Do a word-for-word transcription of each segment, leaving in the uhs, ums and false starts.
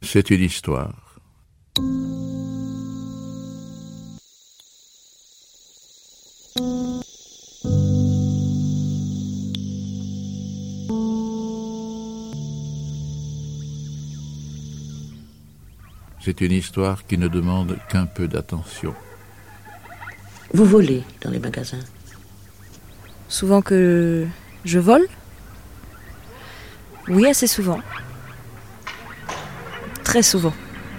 C'est une histoire. C'est une histoire qui ne demande qu'un peu d'attention. Vous volez dans les magasins? Souvent que je vole? Oui, assez souvent. Très souvent.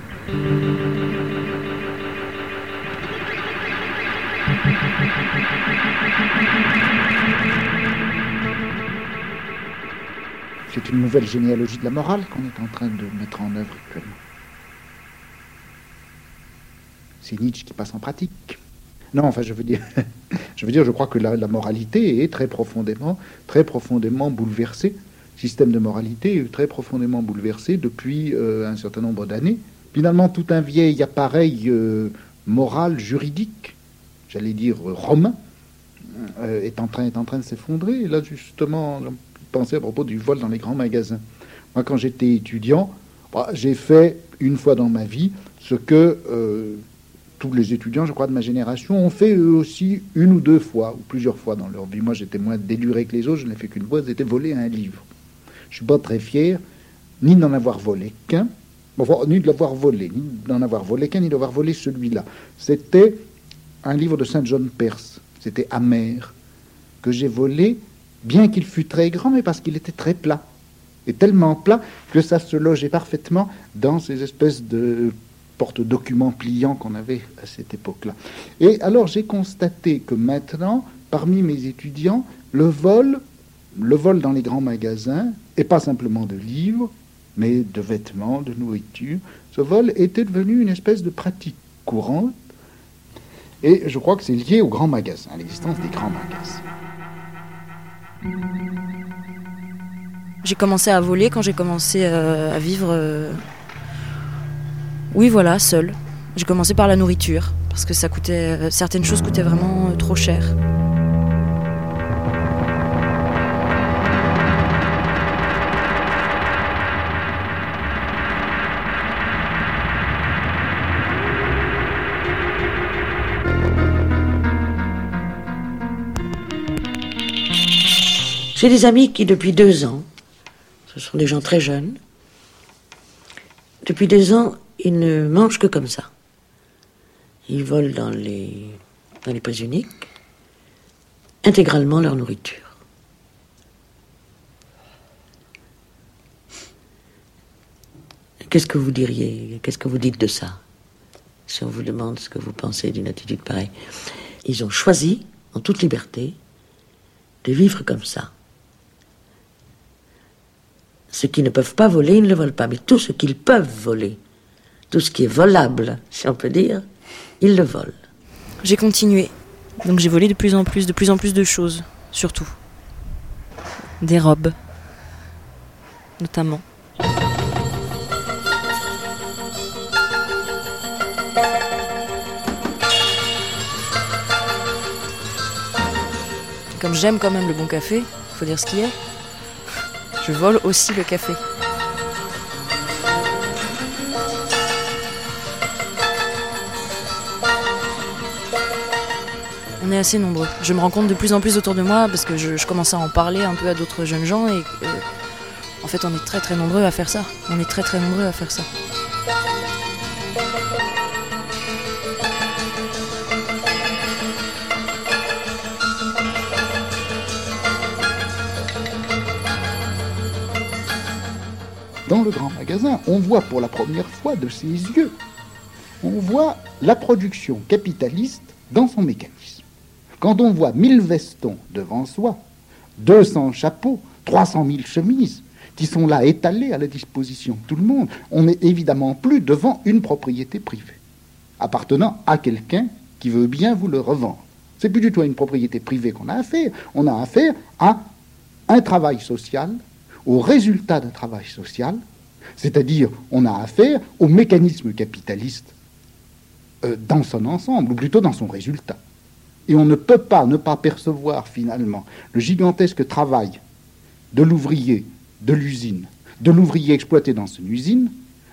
C'est une nouvelle généalogie de la morale qu'on est en train de mettre en œuvre actuellement. C'est Nietzsche qui passe en pratique. Non, enfin, je veux dire, je veux dire, je crois que la, la moralité est très profondément, très profondément bouleversée. Le système de moralité est très profondément bouleversé depuis euh, un certain nombre d'années. Finalement, tout un vieil appareil euh, moral, juridique, j'allais dire euh, romain, euh, est en train, est en train de s'effondrer. Et là, justement, je pensais à propos du vol dans les grands magasins. Moi, quand j'étais étudiant, bah, j'ai fait une fois dans ma vie ce que euh, tous les étudiants, je crois, de ma génération ont fait eux aussi une ou deux fois, ou plusieurs fois dans leur vie. Moi, j'étais moins déluré que les autres, je ne l'ai fait qu'une fois, c'était voler un livre. Je ne suis pas très fier, ni d'en avoir volé qu'un, bon, ni de l'avoir volé, ni d'en avoir volé qu'un, ni d'avoir volé celui-là. C'était un livre de Saint John Perse, c'était Amer, que j'ai volé, bien qu'il fût très grand, mais parce qu'il était très plat. Et tellement plat que ça se logeait parfaitement dans ces espèces de porte-documents pliants qu'on avait à cette époque-là. Et alors j'ai constaté que maintenant, parmi mes étudiants, le vol, le vol dans les grands magasins, et pas simplement de livres, mais de vêtements, de nourriture, ce vol était devenu une espèce de pratique courante. Et je crois que c'est lié aux grands magasins, à l'existence des grands magasins. J'ai commencé à voler quand j'ai commencé euh, à vivre... Euh... Oui, voilà, seule. J'ai commencé par la nourriture, parce que ça coûtait, euh, certaines choses coûtaient vraiment euh, trop cher. J'ai des amis qui, depuis deux ans, ce sont des gens très jeunes, depuis deux ans, ils ne mangent que comme ça. Ils volent dans les, dans les prises uniques, intégralement leur nourriture. Qu'est-ce que vous diriez, qu'est-ce que vous dites de ça, si on vous demande ce que vous pensez d'une attitude pareille? Ils ont choisi, en toute liberté, de vivre comme ça. Ceux qui ne peuvent pas voler, ils ne le volent pas. Mais tout ce qu'ils peuvent voler, tout ce qui est volable, si on peut dire, ils le volent. J'ai continué. Donc j'ai volé de plus en plus, de plus en plus de choses, surtout. Des robes, notamment. Comme j'aime quand même le bon café, faut dire ce qu'il y a, je vole aussi le café. On est assez nombreux. Je me rends compte de plus en plus autour de moi parce que je, je commence à en parler un peu à d'autres jeunes gens et euh, en fait on est très très nombreux à faire ça. On est très très nombreux à faire ça. Dans le grand magasin, on voit pour la première fois de ses yeux, on voit la production capitaliste dans son mécanisme. Quand on voit mille vestons devant soi, deux cents chapeaux, trois cent mille chemises, qui sont là étalés à la disposition de tout le monde, on n'est évidemment plus devant une propriété privée, appartenant à quelqu'un qui veut bien vous le revendre. C'est plus du tout à une propriété privée qu'on a affaire, on a affaire à un travail social, au résultat d'un travail social, c'est-à-dire on a affaire au mécanisme capitaliste euh, dans son ensemble, ou plutôt dans son résultat. Et on ne peut pas ne pas percevoir finalement le gigantesque travail de l'ouvrier de l'usine, de l'ouvrier exploité dans une usine,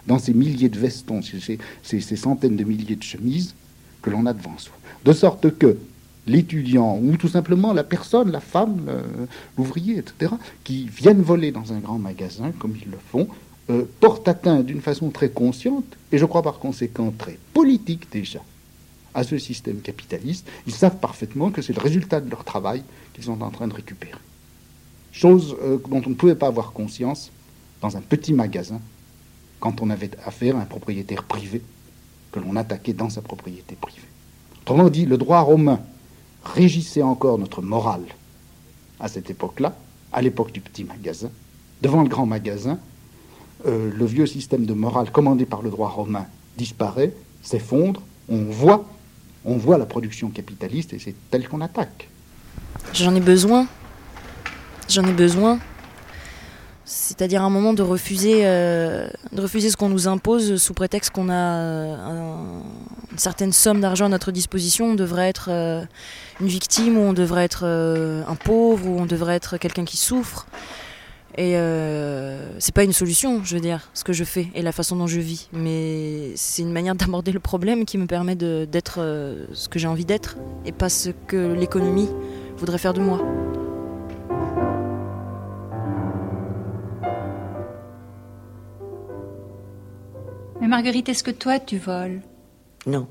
dans ces milliers de vestons, ces, ces, ces centaines de milliers de chemises que l'on a devant soi. De sorte que l'étudiant, ou tout simplement la personne, la femme, le, l'ouvrier, et cetera, qui viennent voler dans un grand magasin, comme ils le font, euh, portent atteinte d'une façon très consciente, et je crois par conséquent très politique déjà, à ce système capitaliste. Ils savent parfaitement que c'est le résultat de leur travail qu'ils sont en train de récupérer. Chose euh, dont on ne pouvait pas avoir conscience dans un petit magasin, quand on avait affaire à un propriétaire privé, que l'on attaquait dans sa propriété privée. Autrement dit, le droit romain régissait encore notre morale à cette époque-là, à l'époque du petit magasin. Devant le grand magasin, euh, le vieux système de morale commandé par le droit romain disparaît, s'effondre, on voit, on voit la production capitaliste et c'est elle qu'on attaque. J'en ai besoin. J'en ai besoin. C'est-à-dire à un moment de refuser, euh, de refuser ce qu'on nous impose sous prétexte qu'on a euh, un, une certaine somme d'argent à notre disposition. On devrait être euh, une victime, ou on devrait être euh, un pauvre, ou on devrait être quelqu'un qui souffre. Et euh, c'est pas une solution, je veux dire, ce que je fais et la façon dont je vis. Mais c'est une manière d'aborder le problème qui me permet de, d'être euh, ce que j'ai envie d'être et pas ce que l'économie voudrait faire de moi. Mais Marguerite, est-ce que toi, tu voles ? Non.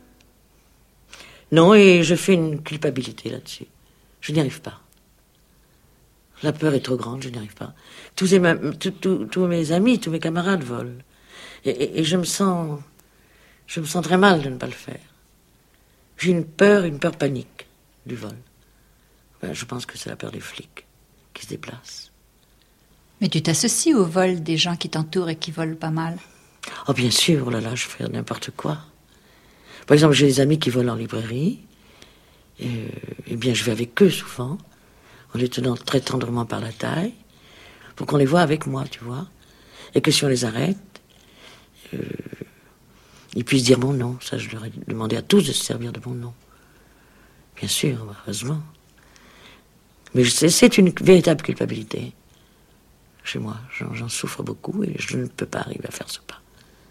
Non, et je fais une culpabilité là-dessus. Je n'y arrive pas. La peur est trop grande, je n'y arrive pas. Tous, mes, tous, tous, tous mes amis, tous mes camarades volent. Et, et, et je me sens... Je me sens très mal de ne pas le faire. J'ai une peur, une peur panique du vol. Ben, je pense que c'est la peur des flics qui se déplacent. Mais tu t'associes au vol des gens qui t'entourent et qui volent pas mal ? Oh, bien sûr, oh là là, je fais n'importe quoi. Par exemple, j'ai des amis qui volent en librairie. Et, euh, eh bien, je vais avec eux souvent, en les tenant très tendrement par la taille, pour qu'on les voie avec moi, tu vois. Et que si on les arrête, euh, ils puissent dire mon nom. Ça, je leur ai demandé à tous de se servir de mon nom. Bien sûr, heureusement. Mais c'est, c'est une véritable culpabilité chez moi. J'en, j'en souffre beaucoup et je ne peux pas arriver à faire ce pas.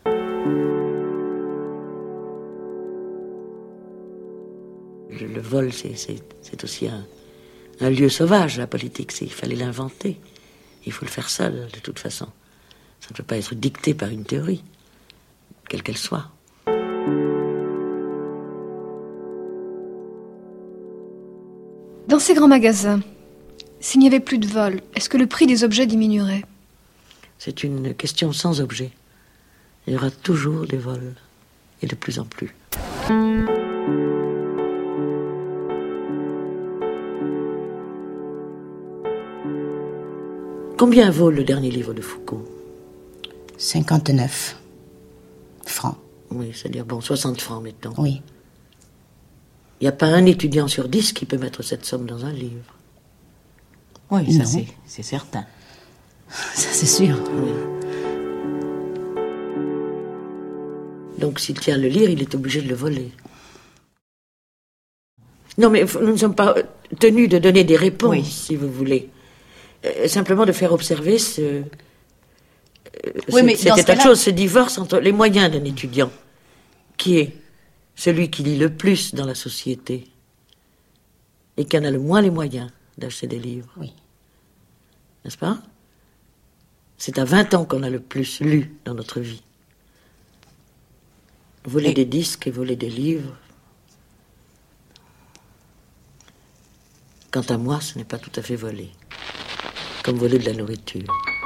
Le, le vol, c'est, c'est, c'est aussi un, un lieu sauvage, la politique. C'est, il fallait l'inventer. Il faut le faire seul, de toute façon. Ça ne peut pas être dicté par une théorie, quelle qu'elle soit. Dans ces grands magasins, s'il n'y avait plus de vol, est-ce que le prix des objets diminuerait ? C'est une question sans objet. Il y aura toujours des vols, et de plus en plus. Combien vaut le dernier livre de Foucault ? cinquante-neuf francs. Oui, c'est-à-dire, bon, soixante francs, mettons. Oui. Il n'y a pas un étudiant sur dix qui peut mettre cette somme dans un livre. Oui, ça c'est, c'est certain. Ça c'est sûr. Oui. Donc s'il tient à le lire, il est obligé de le voler. Non, mais nous ne sommes pas tenus de donner des réponses, oui, si vous voulez. Euh, simplement de faire observer ce, euh, oui, mais cet état de choses, ce divorce entre les moyens d'un étudiant, qui est celui qui lit le plus dans la société, et qui en a le moins les moyens d'acheter des livres. Oui. N'est-ce pas ? C'est à vingt ans qu'on a le plus lu dans notre vie. Voler et... des disques et voler des livres. Quant à moi, ce n'est pas tout à fait voler. Comme voler de la nourriture.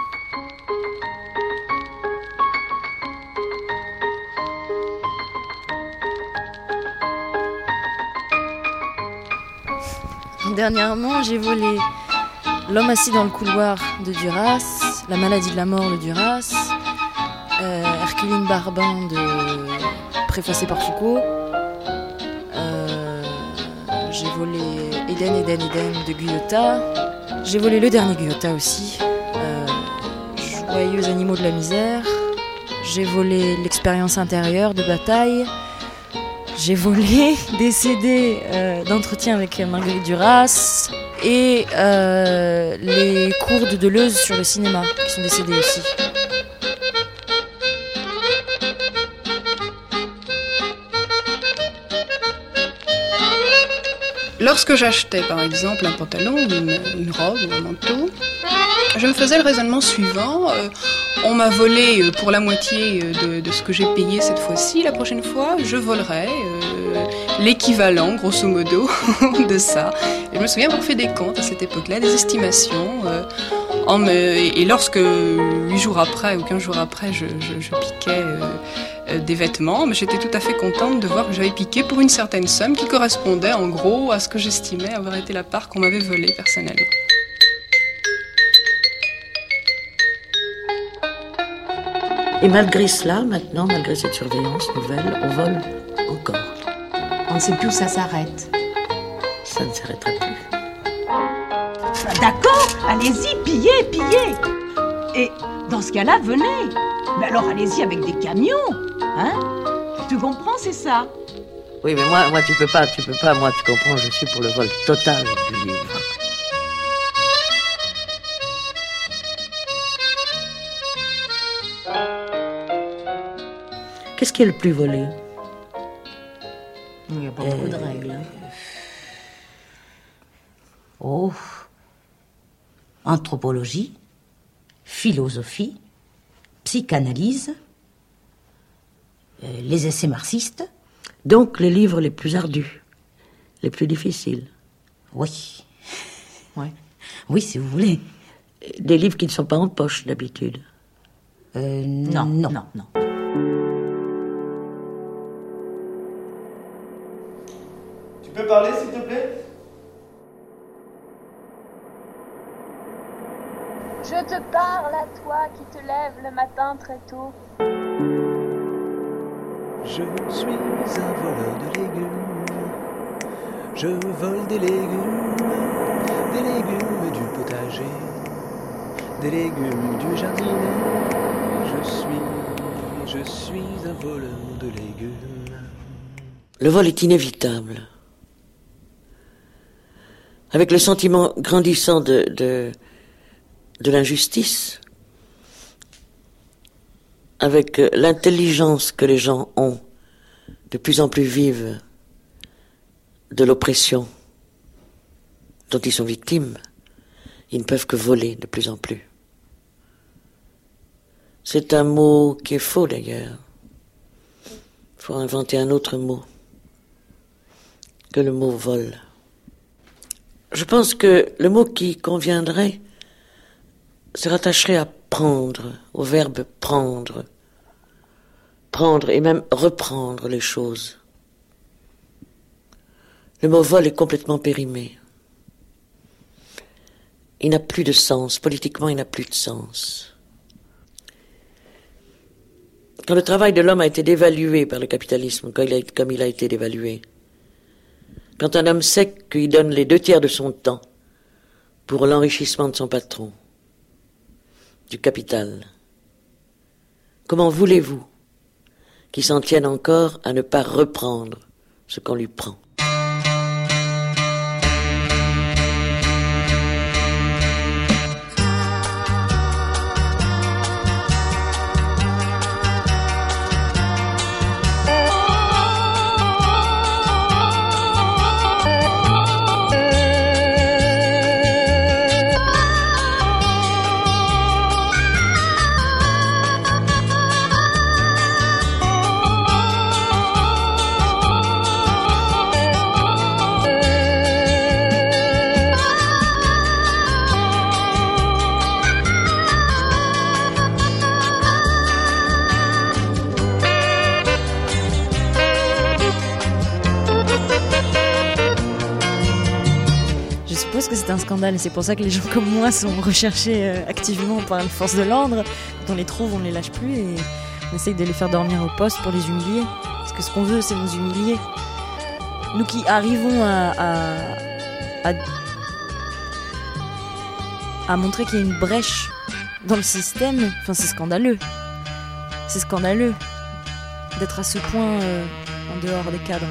Dernièrement, j'ai volé L'homme assis dans le couloir de Duras, La maladie de la mort de Duras, euh, Herculine Barbin de... préfacé par Foucault. Euh, j'ai volé Éden, Éden, Éden de Guyotat. J'ai volé le dernier Guyotat aussi, euh, Joyeux animaux de la misère. J'ai volé L'expérience intérieure de Bataille. J'ai volé des C D euh, d'entretien avec Marguerite Duras et euh, les cours de Deleuze sur le cinéma, qui sont des C D aussi. Lorsque j'achetais par exemple un pantalon, une, une robe ou un manteau, je me faisais le raisonnement suivant. Euh, on m'a volé pour la moitié de, de ce que j'ai payé cette fois-ci. La prochaine fois, je volerai euh, l'équivalent, grosso modo, de ça. Et je me souviens avoir fait des comptes à cette époque-là, des estimations. Euh, en me, et lorsque, huit jours après ou quinze jours après, je, je, je piquais euh, euh, des vêtements, mais j'étais tout à fait contente de voir que j'avais piqué pour une certaine somme qui correspondait en gros à ce que j'estimais avoir été la part qu'on m'avait volée personnellement. Et malgré cela, maintenant, malgré cette surveillance nouvelle, on vole encore. On ne sait plus où ça s'arrête. Ça ne s'arrêtera plus. D'accord, allez-y, pillez, pillez. Et dans ce cas-là, venez. Mais alors allez-y avec des camions, hein? Tu comprends, c'est ça? Oui, mais moi, moi, tu peux pas, tu peux pas, moi, tu comprends, je suis pour le vol total du livre. Qu'est-ce qui est le plus volé? Il n'y a pas beaucoup de règles. Hein. Oh, anthropologie, philosophie, psychanalyse, euh, les essais marxistes. Donc les livres les plus ardus, les plus difficiles. Oui, ouais. Oui, si vous voulez. Des livres qui ne sont pas en poche d'habitude. Euh, non, non, non, non. Tu peux parler, s'il te plaît? Je te parle à toi qui te lèves le matin très tôt. Je suis un voleur de légumes. Je vole des légumes, des légumes du potager, des légumes du jardinet. Je suis, je suis un voleur de légumes. Le vol est inévitable. Avec le sentiment grandissant de, de, de l'injustice, avec l'intelligence que les gens ont de plus en plus vive de l'oppression dont ils sont victimes, ils ne peuvent que voler de plus en plus. C'est un mot qui est faux d'ailleurs. Il faut inventer un autre mot que le mot vol. Je pense que le mot qui conviendrait se rattacherait à prendre, au verbe prendre. Prendre et même reprendre les choses. Le mot vol est complètement périmé. Il n'a plus de sens. Politiquement, il n'a plus de sens. Quand le travail de l'homme a été dévalué par le capitalisme, comme il a, comme il a été dévalué, quand un homme sait qu'il donne les deux tiers de son temps pour l'enrichissement de son patron, du capital, comment voulez-vous qu'il s'en tienne encore à ne pas reprendre ce qu'on lui prend? C'est un scandale et c'est pour ça que les gens comme moi sont recherchés euh, activement par les forces de l'ordre. Quand on les trouve, on ne les lâche plus et on essaye de les faire dormir au poste pour les humilier. Parce que ce qu'on veut, c'est nous humilier. Nous qui arrivons à, à, à, à montrer qu'il y a une brèche dans le système, enfin c'est scandaleux. C'est scandaleux d'être à ce point euh, en dehors des cadres.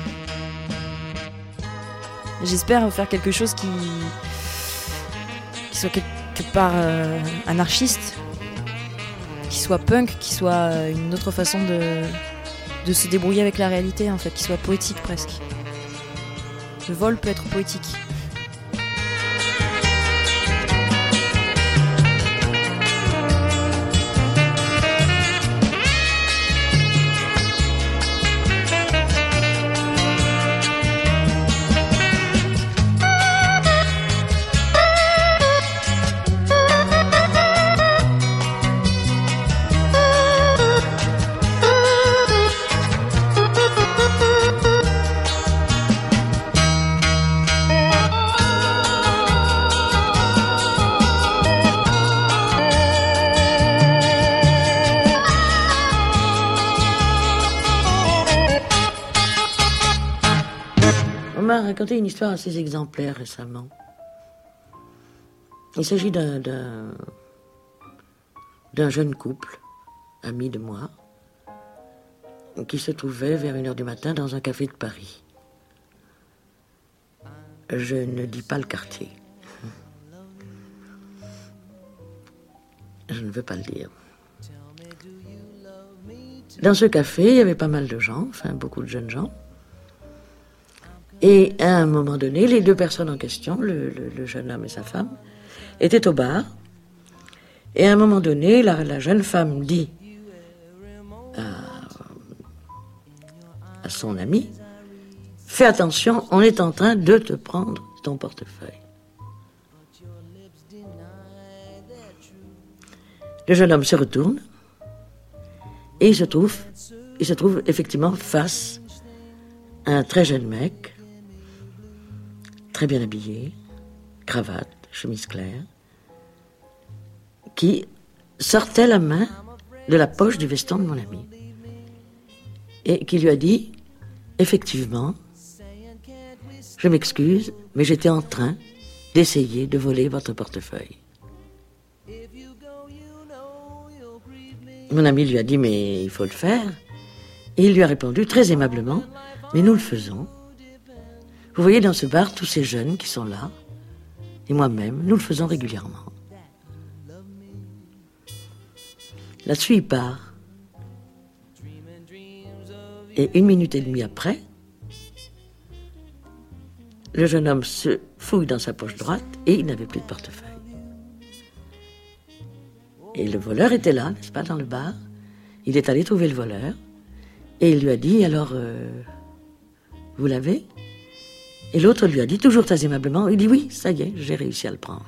J'espère faire quelque chose qui, qui soit quelque part euh, anarchiste, qui soit punk, qui soit une autre façon de, de se débrouiller avec la réalité, en fait, qui soit poétique presque. Le vol peut être poétique. On m'a raconté une histoire assez exemplaire récemment. Il s'agit d'un, d'un, d'un jeune couple, ami de moi, qui se trouvait vers une heure du matin dans un café de Paris. Je ne dis pas le quartier. Je ne veux pas le dire. Dans ce café, il y avait pas mal de gens, enfin beaucoup de jeunes gens. Et à un moment donné, les deux personnes en question, le, le, le jeune homme et sa femme, étaient au bar. Et à un moment donné, la, la jeune femme dit à, à son ami, « Fais attention, on est en train de te prendre ton portefeuille. » Le jeune homme se retourne et il se trouve, il se trouve effectivement face à un très jeune mec, très bien habillé, cravate, chemise claire, qui sortait la main de la poche du veston de mon ami et qui lui a dit, effectivement, je m'excuse, mais j'étais en train d'essayer de voler votre portefeuille. Mon ami lui a dit, mais il faut le faire. Et il lui a répondu très aimablement, mais nous le faisons. Vous voyez dans ce bar tous ces jeunes qui sont là, et moi-même, nous le faisons régulièrement. Là-dessus, il part. Et une minute et demie après, le jeune homme se fouille dans sa poche droite et il n'avait plus de portefeuille. Et le voleur était là, n'est-ce pas, dans le bar. Il est allé trouver le voleur et il lui a dit, alors, euh, vous l'avez ? Et l'autre lui a dit, toujours très aimablement, il dit, oui, ça y est, j'ai réussi à le prendre.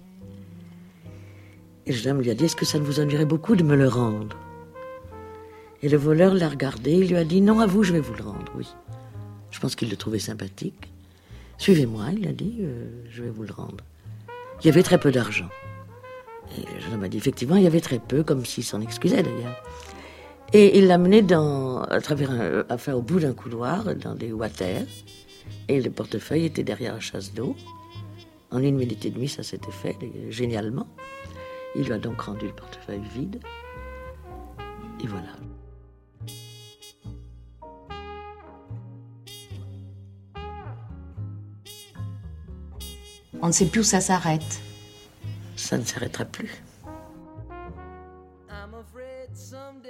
Et le jeune homme lui a dit, est-ce que ça ne vous ennuierait beaucoup de me le rendre ? Et le voleur l'a regardé, il lui a dit, non, à vous, je vais vous le rendre, oui. Je pense qu'il le trouvait sympathique. Suivez-moi, il a dit, euh, je vais vous le rendre. Il y avait très peu d'argent. Et le jeune homme a dit, effectivement, il y avait très peu, comme s'il s'en excusait d'ailleurs. Et il l'a mené dans, à travers un, enfin, au bout d'un couloir, dans des water, et le portefeuille était derrière la chasse d'eau. En une minute et demie, ça s'était fait, génialement. Il lui a donc rendu le portefeuille vide. Et voilà. On ne sait plus où ça s'arrête. Ça ne s'arrêtera plus. I'm afraid someday